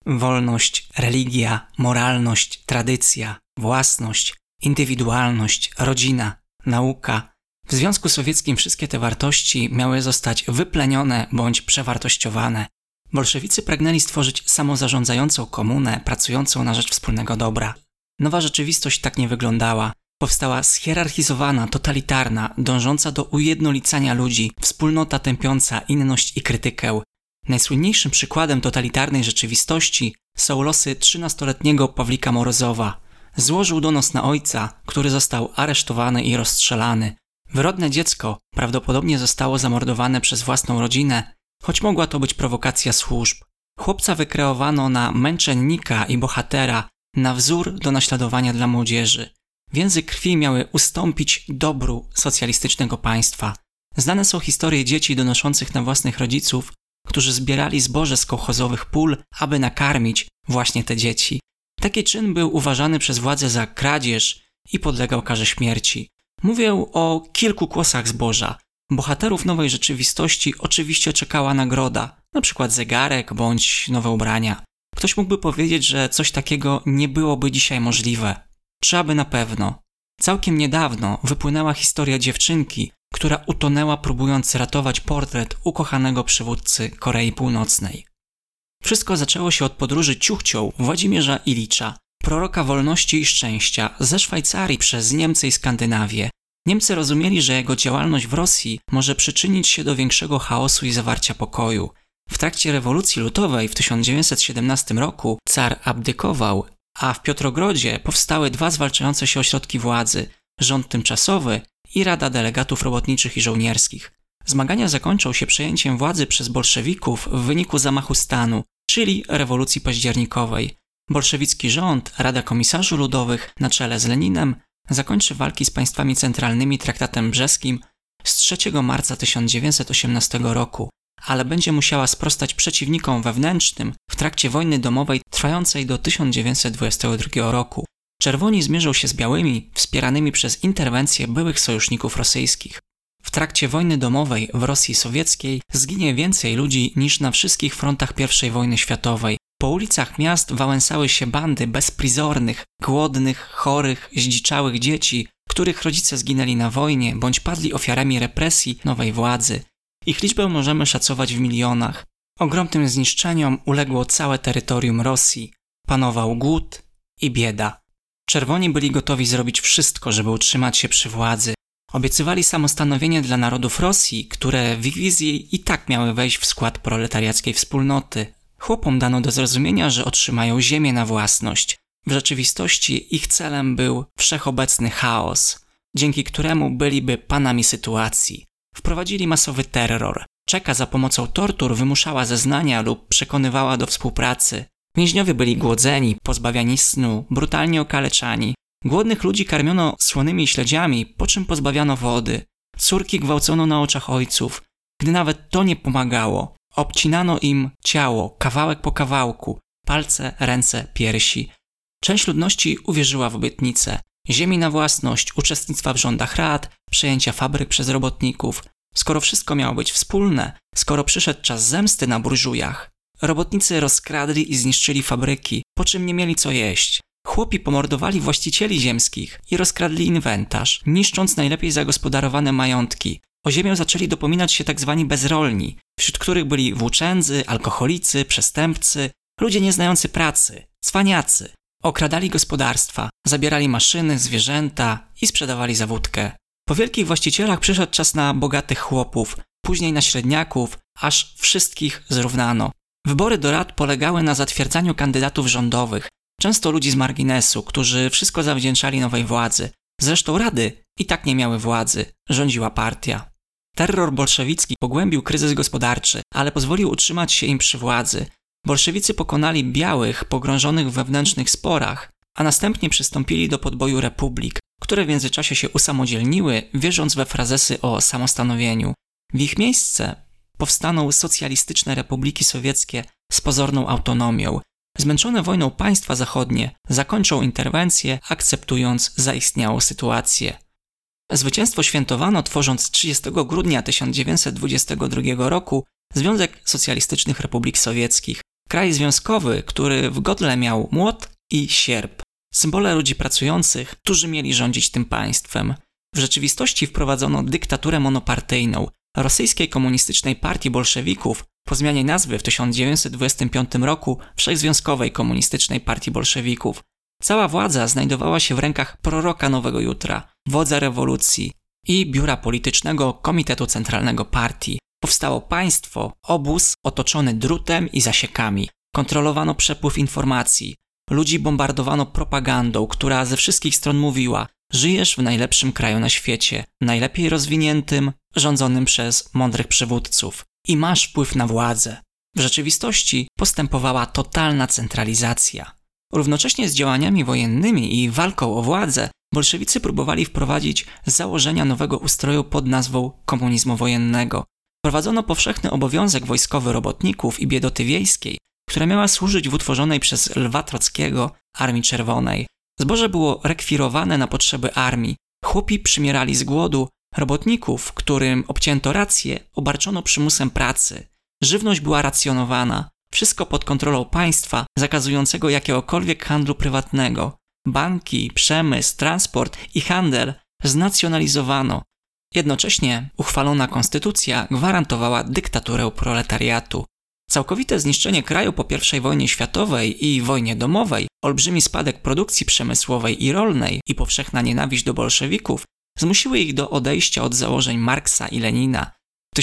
Wolność, religia, moralność, tradycja, własność, indywidualność, rodzina, nauka. W Związku Sowieckim wszystkie te wartości miały zostać wyplenione bądź przewartościowane. Bolszewicy pragnęli stworzyć samozarządzającą komunę pracującą na rzecz wspólnego dobra. Nowa rzeczywistość tak nie wyglądała. Powstała schierarchizowana, totalitarna, dążąca do ujednolicania ludzi, wspólnota tępiąca inność i krytykę. Najsłynniejszym przykładem totalitarnej rzeczywistości są losy 13-letniego Pawlika Morozowa. Złożył donos na ojca, który został aresztowany i rozstrzelany. Wyrodne dziecko prawdopodobnie zostało zamordowane przez własną rodzinę, choć mogła to być prowokacja służb. Chłopca wykreowano na męczennika i bohatera, na wzór do naśladowania dla młodzieży. Więzy krwi miały ustąpić dobru socjalistycznego państwa. Znane są historie dzieci donoszących na własnych rodziców, którzy zbierali zboże z kołchozowych pól, aby nakarmić właśnie te dzieci. Taki czyn był uważany przez władze za kradzież i podlegał karze śmierci. Mówię o kilku kłosach zboża. Bohaterów nowej rzeczywistości oczywiście czekała nagroda, np. zegarek bądź nowe ubrania. Ktoś mógłby powiedzieć, że coś takiego nie byłoby dzisiaj możliwe. Czy aby na pewno? Całkiem niedawno wypłynęła historia dziewczynki, która utonęła próbując ratować portret ukochanego przywódcy Korei Północnej. Wszystko zaczęło się od podróży ciuchcią Włodzimierza Ilicza, proroka wolności i szczęścia, ze Szwajcarii przez Niemcy i Skandynawię. Niemcy rozumieli, że jego działalność w Rosji może przyczynić się do większego chaosu i zawarcia pokoju. W trakcie rewolucji lutowej w 1917 roku car abdykował, a w Piotrogrodzie powstały dwa zwalczające się ośrodki władzy – rząd tymczasowy i Rada Delegatów Robotniczych i Żołnierskich. Zmagania zakończą się przejęciem władzy przez bolszewików w wyniku zamachu stanu, czyli rewolucji październikowej. Bolszewicki rząd, Rada Komisarzy Ludowych na czele z Leninem zakończy walki z państwami centralnymi traktatem brzeskim z 3 marca 1918 roku, ale będzie musiała sprostać przeciwnikom wewnętrznym w trakcie wojny domowej trwającej do 1922 roku. Czerwoni zmierzą się z białymi, wspieranymi przez interwencję byłych sojuszników rosyjskich. W trakcie wojny domowej w Rosji Sowieckiej zginie więcej ludzi niż na wszystkich frontach I wojny światowej. Po ulicach miast wałęsały się bandy bezprizornych, głodnych, chorych, zdziczałych dzieci, których rodzice zginęli na wojnie bądź padli ofiarami represji nowej władzy. Ich liczbę możemy szacować w milionach. Ogromnym zniszczeniom uległo całe terytorium Rosji. Panował głód i bieda. Czerwoni byli gotowi zrobić wszystko, żeby utrzymać się przy władzy. Obiecywali samostanowienie dla narodów Rosji, które w ich wizji i tak miały wejść w skład proletariackiej wspólnoty. Chłopom dano do zrozumienia, że otrzymają ziemię na własność. W rzeczywistości ich celem był wszechobecny chaos, dzięki któremu byliby panami sytuacji. Wprowadzili masowy terror. Czeka za pomocą tortur wymuszała zeznania lub przekonywała do współpracy. Więźniowie byli głodzeni, pozbawiani snu, brutalnie okaleczani. Głodnych ludzi karmiono słonymi śledziami, po czym pozbawiano wody. Córki gwałcono na oczach ojców. Gdy nawet to nie pomagało, obcinano im ciało, kawałek po kawałku, palce, ręce, piersi. Część ludności uwierzyła w obietnice ziemi na własność, uczestnictwa w rządach rad, przejęcia fabryk przez robotników. Skoro wszystko miało być wspólne, skoro przyszedł czas zemsty na burżujach, robotnicy rozkradli i zniszczyli fabryki, po czym nie mieli co jeść. Chłopi pomordowali właścicieli ziemskich i rozkradli inwentarz, niszcząc najlepiej zagospodarowane majątki. O ziemię zaczęli dopominać się tzw. bezrolni, wśród których byli włóczędzy, alkoholicy, przestępcy, ludzie nieznający pracy, cwaniacy. Okradali gospodarstwa, zabierali maszyny, zwierzęta i sprzedawali za wódkę. Po wielkich właścicielach przyszedł czas na bogatych chłopów, później na średniaków, aż wszystkich zrównano. Wybory do rad polegały na zatwierdzaniu kandydatów rządowych, często ludzi z marginesu, którzy wszystko zawdzięczali nowej władzy. Zresztą rady i tak nie miały władzy, rządziła partia. Terror bolszewicki pogłębił kryzys gospodarczy, ale pozwolił utrzymać się im przy władzy. Bolszewicy pokonali białych, pogrążonych w wewnętrznych sporach, a następnie przystąpili do podboju republik, które w międzyczasie się usamodzielniły, wierząc we frazesy o samostanowieniu. W ich miejsce powstaną socjalistyczne republiki sowieckie z pozorną autonomią. Zmęczone wojną państwa zachodnie zakończą interwencję, akceptując zaistniałą sytuację. Zwycięstwo świętowano, tworząc 30 grudnia 1922 roku Związek Socjalistycznych Republik Sowieckich. Kraj związkowy, który w godle miał młot i sierp, symbole ludzi pracujących, którzy mieli rządzić tym państwem. W rzeczywistości wprowadzono dyktaturę monopartyjną rosyjskiej komunistycznej partii bolszewików po zmianie nazwy w 1925 roku Wszechzwiązkowej Komunistycznej Partii Bolszewików. Cała władza znajdowała się w rękach proroka Nowego Jutra, wodza rewolucji i biura politycznego Komitetu Centralnego Partii. Powstało państwo, obóz otoczony drutem i zasiekami. Kontrolowano przepływ informacji. Ludzi bombardowano propagandą, która ze wszystkich stron mówiła: żyjesz w najlepszym kraju na świecie, najlepiej rozwiniętym, rządzonym przez mądrych przywódców i masz wpływ na władzę. W rzeczywistości postępowała totalna centralizacja. Równocześnie z działaniami wojennymi i walką o władzę bolszewicy próbowali wprowadzić założenia nowego ustroju pod nazwą komunizmu wojennego. Wprowadzono powszechny obowiązek wojskowy robotników i biedoty wiejskiej, która miała służyć w utworzonej przez Lwa Trockiego Armii Czerwonej. Zboże było rekwirowane na potrzeby armii. Chłopi przymierali z głodu, robotników, którym obcięto rację, obarczono przymusem pracy. Żywność była racjonowana. Wszystko pod kontrolą państwa, zakazującego jakiegokolwiek handlu prywatnego. Banki, przemysł, transport i handel znacjonalizowano. Jednocześnie uchwalona konstytucja gwarantowała dyktaturę proletariatu. Całkowite zniszczenie kraju po I wojnie światowej i wojnie domowej, olbrzymi spadek produkcji przemysłowej i rolnej i powszechna nienawiść do bolszewików zmusiły ich do odejścia od założeń Marksa i Lenina. W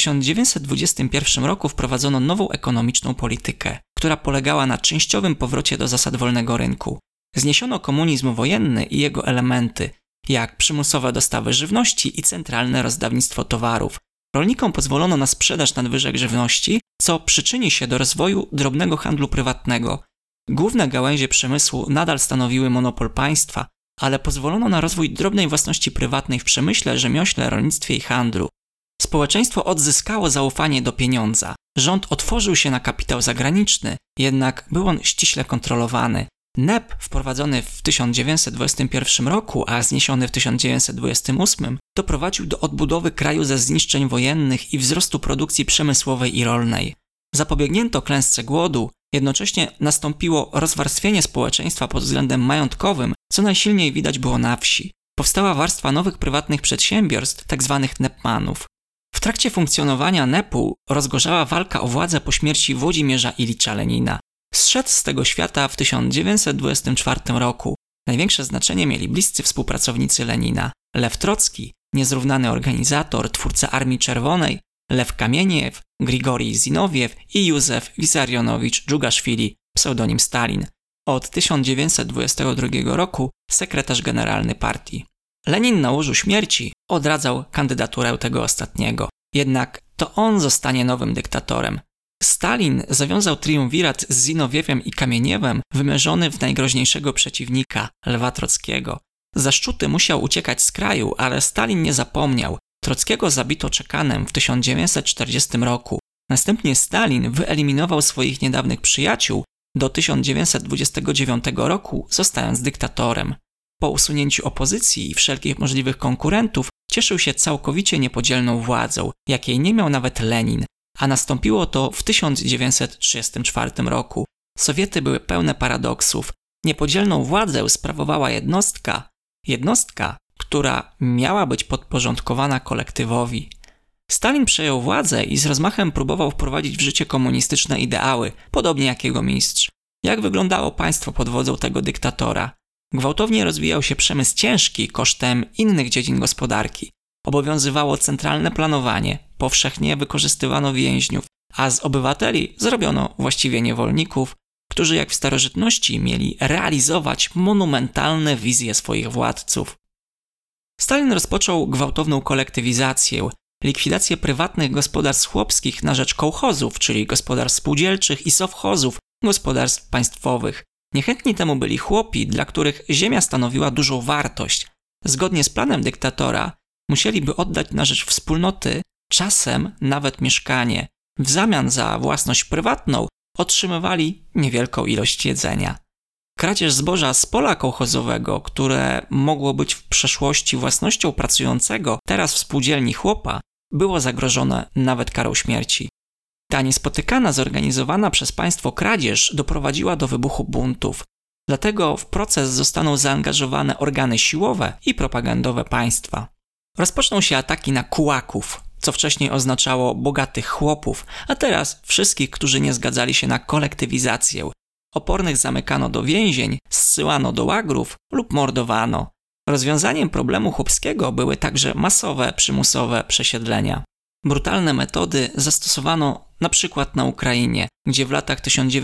1921 roku wprowadzono nową ekonomiczną politykę, która polegała na częściowym powrocie do zasad wolnego rynku. Zniesiono komunizm wojenny i jego elementy, jak przymusowe dostawy żywności i centralne rozdawnictwo towarów. Rolnikom pozwolono na sprzedaż nadwyżek żywności, co przyczyni się do rozwoju drobnego handlu prywatnego. Główne gałęzie przemysłu nadal stanowiły monopol państwa, ale pozwolono na rozwój drobnej własności prywatnej w przemyśle, rzemiośle, rolnictwie i handlu. Społeczeństwo odzyskało zaufanie do pieniądza. Rząd otworzył się na kapitał zagraniczny, jednak był on ściśle kontrolowany. NEP wprowadzony w 1921 roku, a zniesiony w 1928, doprowadził do odbudowy kraju ze zniszczeń wojennych i wzrostu produkcji przemysłowej i rolnej. Zapobiegnięto klęsce głodu, jednocześnie nastąpiło rozwarstwienie społeczeństwa pod względem majątkowym, co najsilniej widać było na wsi. Powstała warstwa nowych prywatnych przedsiębiorstw, tzw. nepmanów. W trakcie funkcjonowania NEP-u rozgorzała walka o władzę po śmierci Włodzimierza Ilicza Lenina. Zszedł z tego świata w 1924 roku. Największe znaczenie mieli bliscy współpracownicy Lenina: Lew Trocki, niezrównany organizator, twórca Armii Czerwonej, Lew Kamieniew, Grigorij Zinowiew i Józef Wisarionowicz Dżugaszwili, pseudonim Stalin. Od 1922 roku sekretarz generalny partii. Lenin na łożu śmierci odradzał kandydaturę tego ostatniego. Jednak to on zostanie nowym dyktatorem. Stalin zawiązał triumvirat z Zinowiewem i Kamieniewem wymierzony w najgroźniejszego przeciwnika, Lwa Trockiego. Zaszczuty musiał uciekać z kraju, ale Stalin nie zapomniał. Trockiego zabito czekanem w 1940 roku. Następnie Stalin wyeliminował swoich niedawnych przyjaciół do 1929 roku, zostając dyktatorem. Po usunięciu opozycji i wszelkich możliwych konkurentów cieszył się całkowicie niepodzielną władzą, jakiej nie miał nawet Lenin, a nastąpiło to w 1934 roku. Sowiety były pełne paradoksów. Niepodzielną władzę sprawowała jednostka, która miała być podporządkowana kolektywowi. Stalin przejął władzę i z rozmachem próbował wprowadzić w życie komunistyczne ideały, podobnie jak jego mistrz. Jak wyglądało państwo pod wodzą tego dyktatora? Gwałtownie rozwijał się przemysł ciężki kosztem innych dziedzin gospodarki. Obowiązywało centralne planowanie, powszechnie wykorzystywano więźniów, a z obywateli zrobiono właściwie niewolników, którzy jak w starożytności mieli realizować monumentalne wizje swoich władców. Stalin rozpoczął gwałtowną kolektywizację, likwidację prywatnych gospodarstw chłopskich na rzecz kołchozów, czyli gospodarstw spółdzielczych i sowchozów, gospodarstw państwowych. Niechętni temu byli chłopi, dla których ziemia stanowiła dużą wartość. Zgodnie z planem dyktatora musieliby oddać na rzecz wspólnoty, czasem nawet mieszkanie. W zamian za własność prywatną otrzymywali niewielką ilość jedzenia. Kradzież zboża z pola kołchozowego, które mogło być w przeszłości własnością pracującego, teraz w spółdzielni chłopa, było zagrożone nawet karą śmierci. Ta niespotykana, zorganizowana przez państwo kradzież doprowadziła do wybuchu buntów. Dlatego w proces zostaną zaangażowane organy siłowe i propagandowe państwa. Rozpoczną się ataki na kułaków, co wcześniej oznaczało bogatych chłopów, a teraz wszystkich, którzy nie zgadzali się na kolektywizację. Opornych zamykano do więzień, zsyłano do łagrów lub mordowano. Rozwiązaniem problemu chłopskiego były także masowe, przymusowe przesiedlenia. Brutalne metody zastosowano na przykład na Ukrainie, gdzie w latach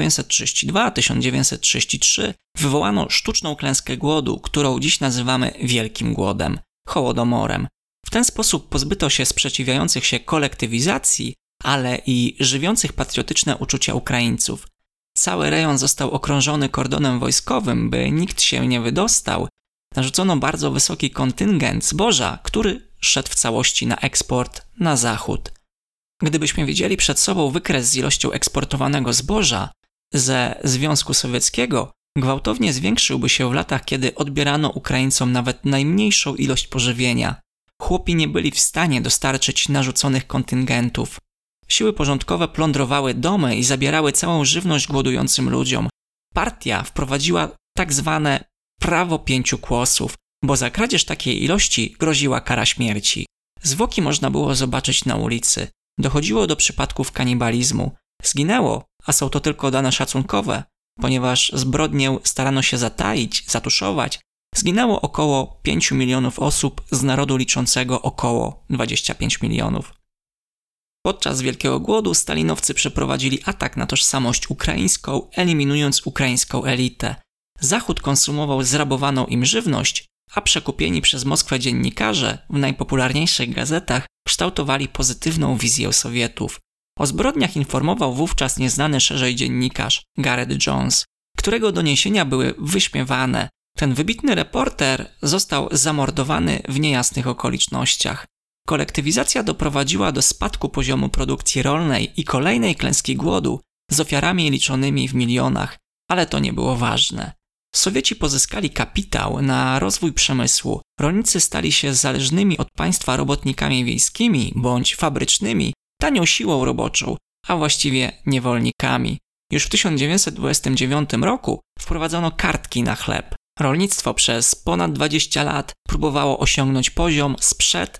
1932-1933 wywołano sztuczną klęskę głodu, którą dziś nazywamy Wielkim Głodem, Hołodomorem. W ten sposób pozbyto się sprzeciwiających się kolektywizacji, ale i żywiących patriotyczne uczucia Ukraińców. Cały rejon został okrążony kordonem wojskowym, by nikt się nie wydostał. Narzucono bardzo wysoki kontyngent zboża, który szedł w całości na eksport na zachód. Gdybyśmy widzieli przed sobą wykres z ilością eksportowanego zboża ze Związku Sowieckiego, gwałtownie zwiększyłby się w latach, kiedy odbierano Ukraińcom nawet najmniejszą ilość pożywienia. Chłopi nie byli w stanie dostarczyć narzuconych kontyngentów. Siły porządkowe plądrowały domy i zabierały całą żywność głodującym ludziom. Partia wprowadziła tak zwane prawo 5 kłosów, bo za kradzież takiej ilości groziła kara śmierci. Zwłoki można było zobaczyć na ulicy. Dochodziło do przypadków kanibalizmu. Zginęło, a są to tylko dane szacunkowe, ponieważ zbrodnię starano się zataić, zatuszować. Zginęło około 5 milionów osób z narodu liczącego około 25 milionów. Podczas Wielkiego Głodu stalinowcy przeprowadzili atak na tożsamość ukraińską, eliminując ukraińską elitę. Zachód konsumował zrabowaną im żywność, a przekupieni przez Moskwę dziennikarze w najpopularniejszych gazetach kształtowali pozytywną wizję Sowietów. O zbrodniach informował wówczas nieznany szerzej dziennikarz Gareth Jones, którego doniesienia były wyśmiewane. Ten wybitny reporter został zamordowany w niejasnych okolicznościach. Kolektywizacja doprowadziła do spadku poziomu produkcji rolnej i kolejnej klęski głodu z ofiarami liczonymi w milionach, ale to nie było ważne. Sowieci pozyskali kapitał na rozwój przemysłu, rolnicy stali się zależnymi od państwa robotnikami wiejskimi bądź fabrycznymi, tanią siłą roboczą, a właściwie niewolnikami. Już w 1929 roku wprowadzono kartki na chleb. Rolnictwo przez ponad 20 lat próbowało osiągnąć poziom sprzed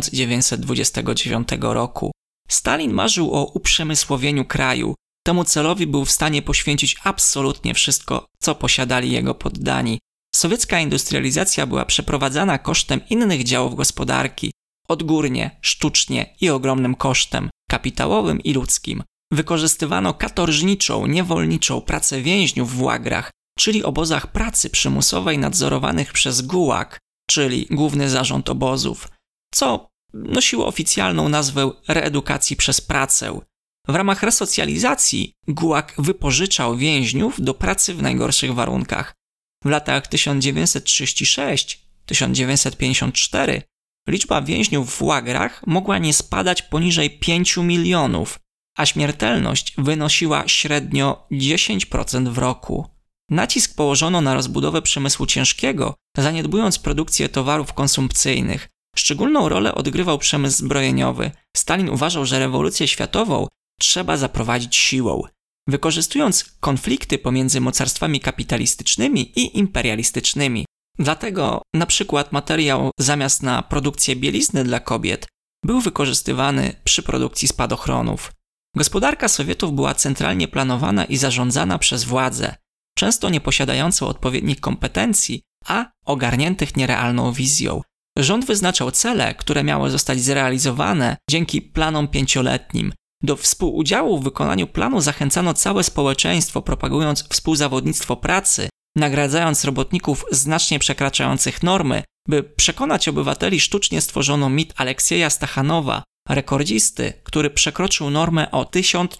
1929 roku. Stalin marzył o uprzemysłowieniu kraju. Temu celowi był w stanie poświęcić absolutnie wszystko, co posiadali jego poddani. Sowiecka industrializacja była przeprowadzana kosztem innych działów gospodarki, odgórnie, sztucznie i ogromnym kosztem, kapitałowym i ludzkim. Wykorzystywano katorżniczą, niewolniczą pracę więźniów w łagrach, czyli obozach pracy przymusowej nadzorowanych przez Gułag, czyli Główny Zarząd Obozów, co nosiło oficjalną nazwę reedukacji przez pracę. W ramach resocjalizacji Gułag wypożyczał więźniów do pracy w najgorszych warunkach. W latach 1936-1954 liczba więźniów w łagrach mogła nie spadać poniżej 5 milionów, a śmiertelność wynosiła średnio 10% w roku. Nacisk położono na rozbudowę przemysłu ciężkiego, zaniedbując produkcję towarów konsumpcyjnych. Szczególną rolę odgrywał przemysł zbrojeniowy. Stalin uważał, że rewolucję światową trzeba zaprowadzić siłą. Wykorzystując konflikty pomiędzy mocarstwami kapitalistycznymi i imperialistycznymi. Dlatego na przykład materiał zamiast na produkcję bielizny dla kobiet był wykorzystywany przy produkcji spadochronów. Gospodarka Sowietów była centralnie planowana i zarządzana przez władzę, często nie posiadającą odpowiednich kompetencji, a ogarniętych nierealną wizją. Rząd wyznaczał cele, które miały zostać zrealizowane dzięki planom 5-letnim. Do współudziału w wykonaniu planu zachęcano całe społeczeństwo, propagując współzawodnictwo pracy, nagradzając robotników znacznie przekraczających normy. By przekonać obywateli, sztucznie stworzono mit Aleksieja Stachanowa, rekordzisty, który przekroczył normę o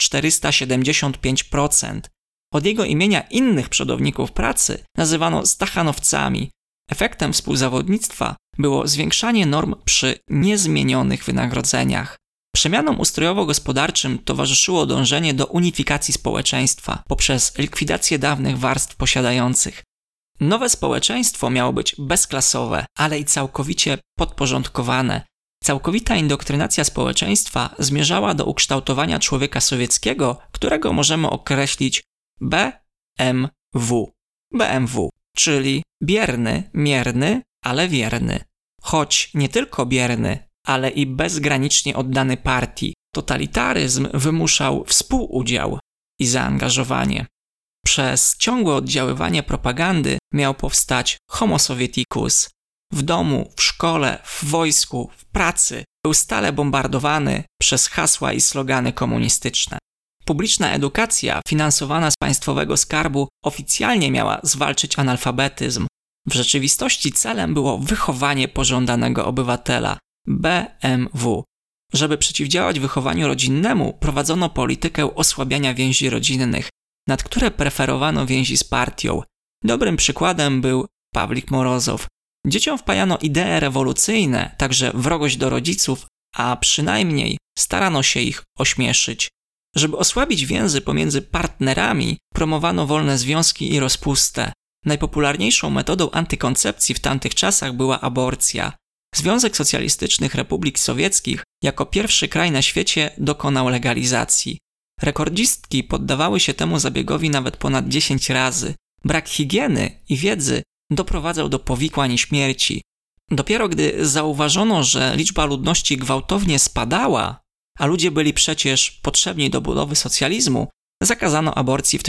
1475%. Od jego imienia innych przodowników pracy nazywano Stachanowcami. Efektem współzawodnictwa było zwiększanie norm przy niezmienionych wynagrodzeniach. Przemianom ustrojowo-gospodarczym towarzyszyło dążenie do unifikacji społeczeństwa poprzez likwidację dawnych warstw posiadających. Nowe społeczeństwo miało być bezklasowe, ale i całkowicie podporządkowane. Całkowita indoktrynacja społeczeństwa zmierzała do ukształtowania człowieka sowieckiego, którego możemy określić BMW. BMW, czyli bierny, mierny, ale wierny. Choć nie tylko bierny, ale i bezgranicznie oddany partii, totalitaryzm wymuszał współudział i zaangażowanie. Przez ciągłe oddziaływanie propagandy miał powstać Homo Sovieticus. W domu, w szkole, w wojsku, w pracy był stale bombardowany przez hasła i slogany komunistyczne. Publiczna edukacja finansowana z państwowego skarbu oficjalnie miała zwalczyć analfabetyzm. W rzeczywistości celem było wychowanie pożądanego obywatela, BMW. Żeby przeciwdziałać wychowaniu rodzinnemu, prowadzono politykę osłabiania więzi rodzinnych, nad które preferowano więzi z partią. Dobrym przykładem był Pawlik Morozow. Dzieciom wpajano idee rewolucyjne, także wrogość do rodziców, a przynajmniej starano się ich ośmieszyć. Żeby osłabić więzy pomiędzy partnerami, promowano wolne związki i rozpustę. Najpopularniejszą metodą antykoncepcji w tamtych czasach była aborcja. Związek Socjalistycznych Republik Sowieckich jako pierwszy kraj na świecie dokonał legalizacji. Rekordzistki poddawały się temu zabiegowi nawet ponad 10 razy. Brak higieny i wiedzy doprowadzał do powikłań i śmierci. Dopiero gdy zauważono, że liczba ludności gwałtownie spadała, a ludzie byli przecież potrzebni do budowy socjalizmu, zakazano aborcji w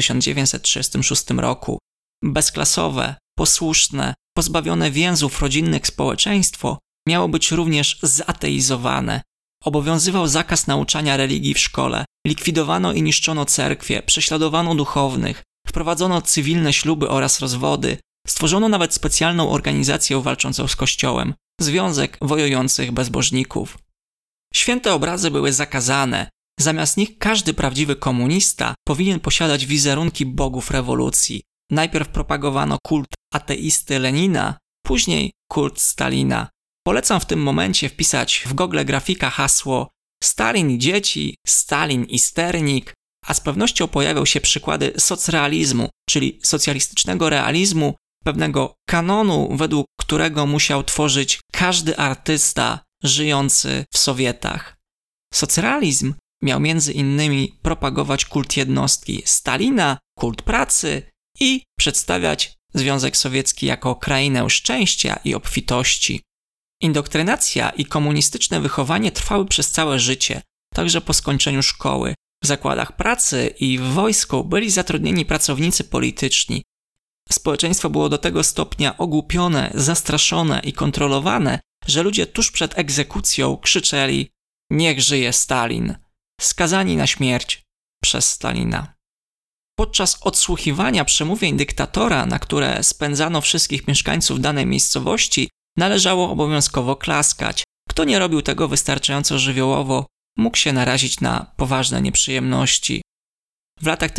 1936 roku. Bezklasowe, posłuszne, pozbawione więzów rodzinnych społeczeństwo miało być również zateizowane. Obowiązywał zakaz nauczania religii w szkole, likwidowano i niszczono cerkwie, prześladowano duchownych, wprowadzono cywilne śluby oraz rozwody, stworzono nawet specjalną organizację walczącą z Kościołem – Związek Wojujących Bezbożników. Święte obrazy były zakazane, zamiast nich każdy prawdziwy komunista powinien posiadać wizerunki bogów rewolucji. Najpierw propagowano kult ateisty Lenina, później kult Stalina. Polecam w tym momencie wpisać w Google grafika hasło Stalin i dzieci, Stalin i sternik, a z pewnością pojawią się przykłady socrealizmu, czyli socjalistycznego realizmu, pewnego kanonu, według którego musiał tworzyć każdy artysta żyjący w Sowietach. Socrealizm miał między innymi propagować kult jednostki Stalina, kult pracy i przedstawiać Związek Sowiecki jako krainę szczęścia i obfitości. Indoktrynacja i komunistyczne wychowanie trwały przez całe życie, także po skończeniu szkoły. W zakładach pracy i w wojsku byli zatrudnieni pracownicy polityczni. Społeczeństwo było do tego stopnia ogłupione, zastraszone i kontrolowane, że ludzie tuż przed egzekucją krzyczeli „Niech żyje Stalin”, skazani na śmierć przez Stalina. Podczas odsłuchiwania przemówień dyktatora, na które spędzano wszystkich mieszkańców danej miejscowości, należało obowiązkowo klaskać. Kto nie robił tego wystarczająco żywiołowo, mógł się narazić na poważne nieprzyjemności. W latach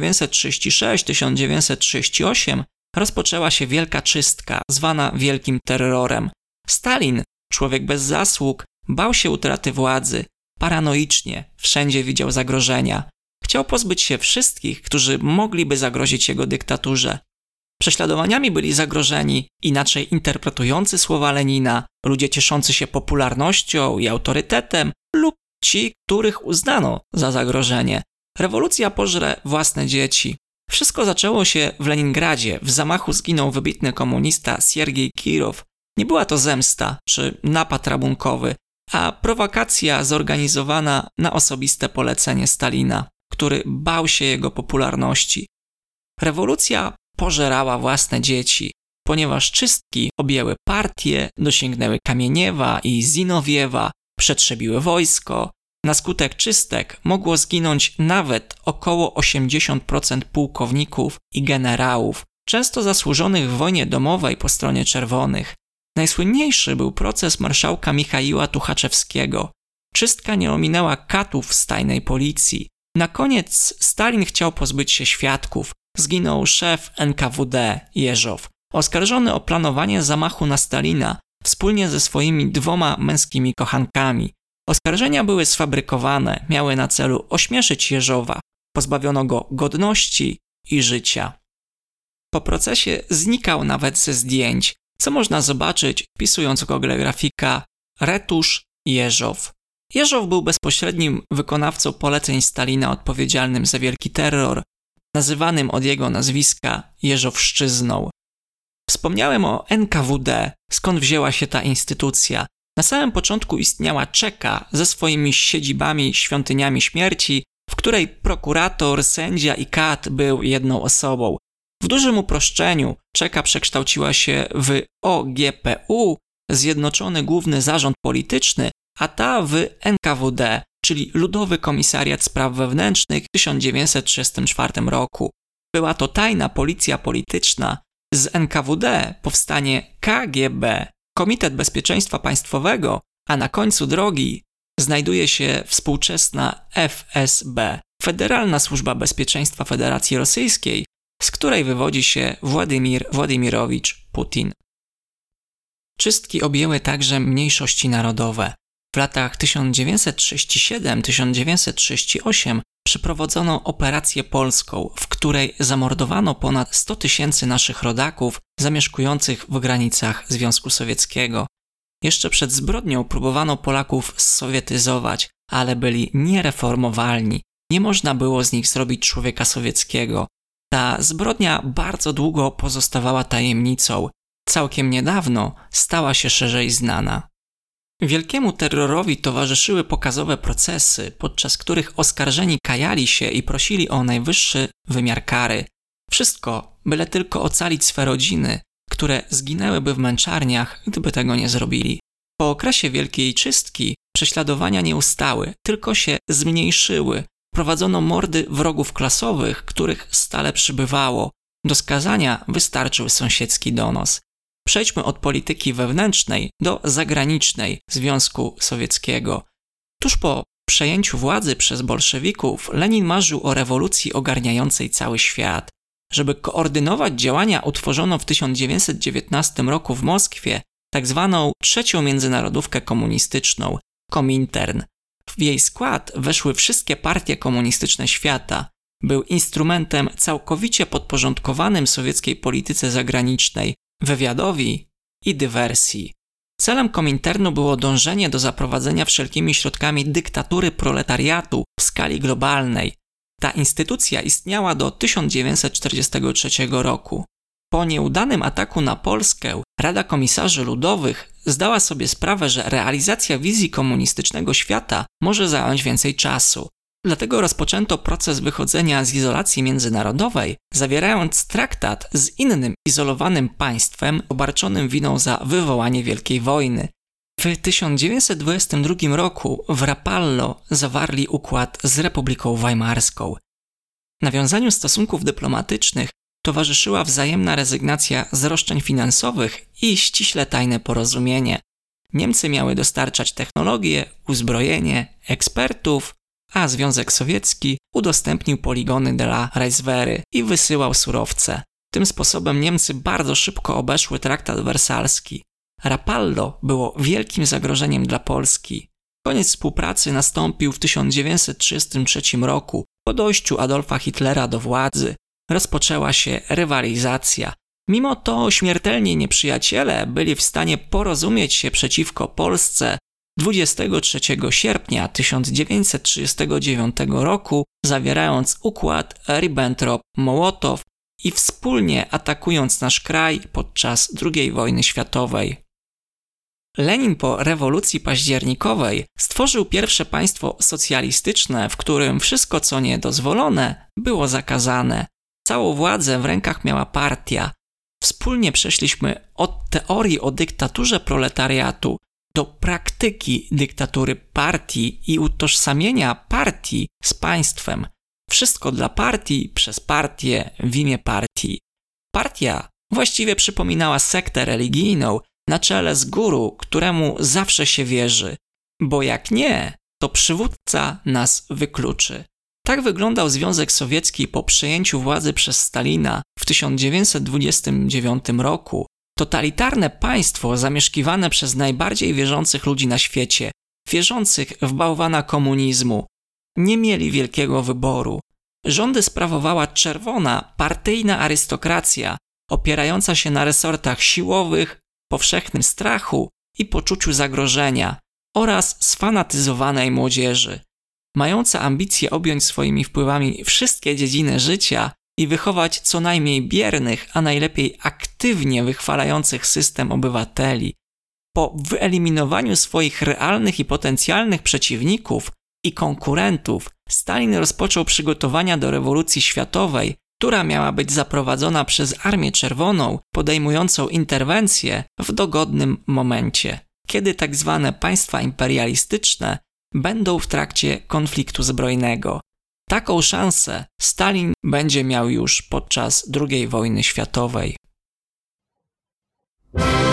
1936-1938 rozpoczęła się wielka czystka, zwana Wielkim Terrorem. Stalin, człowiek bez zasług, bał się utraty władzy, paranoicznie, wszędzie widział zagrożenia. Chciał pozbyć się wszystkich, którzy mogliby zagrozić jego dyktaturze. Prześladowaniami byli zagrożeni inaczej interpretujący słowa Lenina, ludzie cieszący się popularnością i autorytetem lub ci, których uznano za zagrożenie. Rewolucja pożre własne dzieci. Wszystko zaczęło się w Leningradzie. W zamachu zginął wybitny komunista Siergiej Kirow. Nie była to zemsta czy napad rabunkowy, a prowokacja zorganizowana na osobiste polecenie Stalina, który bał się jego popularności. Rewolucja pożerała własne dzieci, ponieważ czystki objęły partie, dosięgnęły Kamieniewa i Zinowiewa, przetrzebiły wojsko. Na skutek czystek mogło zginąć nawet około 80% pułkowników i generałów, często zasłużonych w wojnie domowej po stronie czerwonych. Najsłynniejszy był proces marszałka Michaiła Tuchaczewskiego. Czystka nie ominęła katów z tajnej policji. Na koniec Stalin chciał pozbyć się świadków. Zginął szef NKWD Jeżow, oskarżony o planowanie zamachu na Stalina wspólnie ze swoimi 2 męskimi kochankami. Oskarżenia były sfabrykowane, miały na celu ośmieszyć Jeżowa. Pozbawiono go godności i życia. Po procesie znikał nawet ze zdjęć, co można zobaczyć wpisując w Google grafika retusz Jeżow. Jeżow był bezpośrednim wykonawcą poleceń Stalina odpowiedzialnym za wielki terror, nazywanym od jego nazwiska Jeżowszczyzną. Wspomniałem o NKWD, skąd wzięła się ta instytucja. Na samym początku istniała czeka ze swoimi siedzibami, świątyniami śmierci, w której prokurator, sędzia i kat był jedną osobą. W dużym uproszczeniu czeka przekształciła się w OGPU, Zjednoczony Główny Zarząd Polityczny, a ta w NKWD, czyli Ludowy Komisariat Spraw Wewnętrznych w 1934 roku. Była to tajna policja polityczna. Z NKWD powstanie KGB, Komitet Bezpieczeństwa Państwowego, a na końcu drogi znajduje się współczesna FSB, Federalna Służba Bezpieczeństwa Federacji Rosyjskiej, z której wywodzi się Władimir Władimirowicz Putin. Czystki objęły także mniejszości narodowe. W latach 1937-1938 przeprowadzono operację polską, w której zamordowano ponad 100 000 naszych rodaków zamieszkujących w granicach Związku Sowieckiego. Jeszcze przed zbrodnią próbowano Polaków zsowietyzować, ale byli niereformowalni. Nie można było z nich zrobić człowieka sowieckiego. Ta zbrodnia bardzo długo pozostawała tajemnicą. Całkiem niedawno stała się szerzej znana. Wielkiemu terrorowi towarzyszyły pokazowe procesy, podczas których oskarżeni kajali się i prosili o najwyższy wymiar kary. Wszystko, byle tylko ocalić swe rodziny, które zginęłyby w męczarniach, gdyby tego nie zrobili. Po okresie Wielkiej Czystki prześladowania nie ustały, tylko się zmniejszyły. Prowadzono mordy wrogów klasowych, których stale przybywało. Do skazania wystarczył sąsiedzki donos. Przejdźmy od polityki wewnętrznej do zagranicznej Związku Sowieckiego. Tuż po przejęciu władzy przez bolszewików Lenin marzył o rewolucji ogarniającej cały świat. Żeby koordynować działania, utworzono w 1919 roku w Moskwie tzw. trzecią międzynarodówkę komunistyczną, Komintern. W jej skład weszły wszystkie partie komunistyczne świata. Był instrumentem całkowicie podporządkowanym sowieckiej polityce zagranicznej, wywiadowi i dywersji. Celem Kominternu było dążenie do zaprowadzenia wszelkimi środkami dyktatury proletariatu w skali globalnej. Ta instytucja istniała do 1943 roku. Po nieudanym ataku na Polskę Rada Komisarzy Ludowych zdała sobie sprawę, że realizacja wizji komunistycznego świata może zająć więcej czasu. Dlatego rozpoczęto proces wychodzenia z izolacji międzynarodowej, zawierając traktat z innym izolowanym państwem obarczonym winą za wywołanie Wielkiej Wojny. W 1922 roku w Rapallo zawarli układ z Republiką Weimarską. Nawiązaniu stosunków dyplomatycznych towarzyszyła wzajemna rezygnacja z roszczeń finansowych i ściśle tajne porozumienie. Niemcy miały dostarczać technologię, uzbrojenie, ekspertów, a Związek Sowiecki udostępnił poligony dla Reichswehry i wysyłał surowce. Tym sposobem Niemcy bardzo szybko obeszły traktat wersalski. Rapallo było wielkim zagrożeniem dla Polski. Koniec współpracy nastąpił w 1933 roku. Po dojściu Adolfa Hitlera do władzy rozpoczęła się rywalizacja. Mimo to śmiertelni nieprzyjaciele byli w stanie porozumieć się przeciwko Polsce 23 sierpnia 1939 roku, zawierając układ Ribbentrop-Mołotow i wspólnie atakując nasz kraj podczas II wojny światowej. Lenin po rewolucji październikowej stworzył pierwsze państwo socjalistyczne, w którym wszystko, co niedozwolone, było zakazane. Całą władzę w rękach miała partia. Wspólnie przeszliśmy od teorii o dyktaturze proletariatu do praktyki dyktatury partii i utożsamienia partii z państwem. Wszystko dla partii, przez partię, w imię partii. Partia właściwie przypominała sektę religijną na czele z guru, któremu zawsze się wierzy, bo jak nie, to przywódca nas wykluczy. Tak wyglądał Związek Sowiecki po przejęciu władzy przez Stalina w 1929 roku. Totalitarne państwo zamieszkiwane przez najbardziej wierzących ludzi na świecie, wierzących w bałwana komunizmu. Nie mieli wielkiego wyboru. Rządy sprawowała czerwona, partyjna arystokracja, opierająca się na resortach siłowych, powszechnym strachu i poczuciu zagrożenia. oraz sfanatyzowanej młodzieży, mająca ambicje objąć swoimi wpływami wszystkie dziedziny życia i wychować co najmniej biernych, a najlepiej aktywnie wychwalających system obywateli. Po wyeliminowaniu swoich realnych i potencjalnych przeciwników i konkurentów, Stalin rozpoczął przygotowania do rewolucji światowej, która miała być zaprowadzona przez Armię Czerwoną, podejmującą interwencję w dogodnym momencie, kiedy tak zwane państwa imperialistyczne będą w trakcie konfliktu zbrojnego. Taką szansę Stalin będzie miał już podczas II wojny światowej.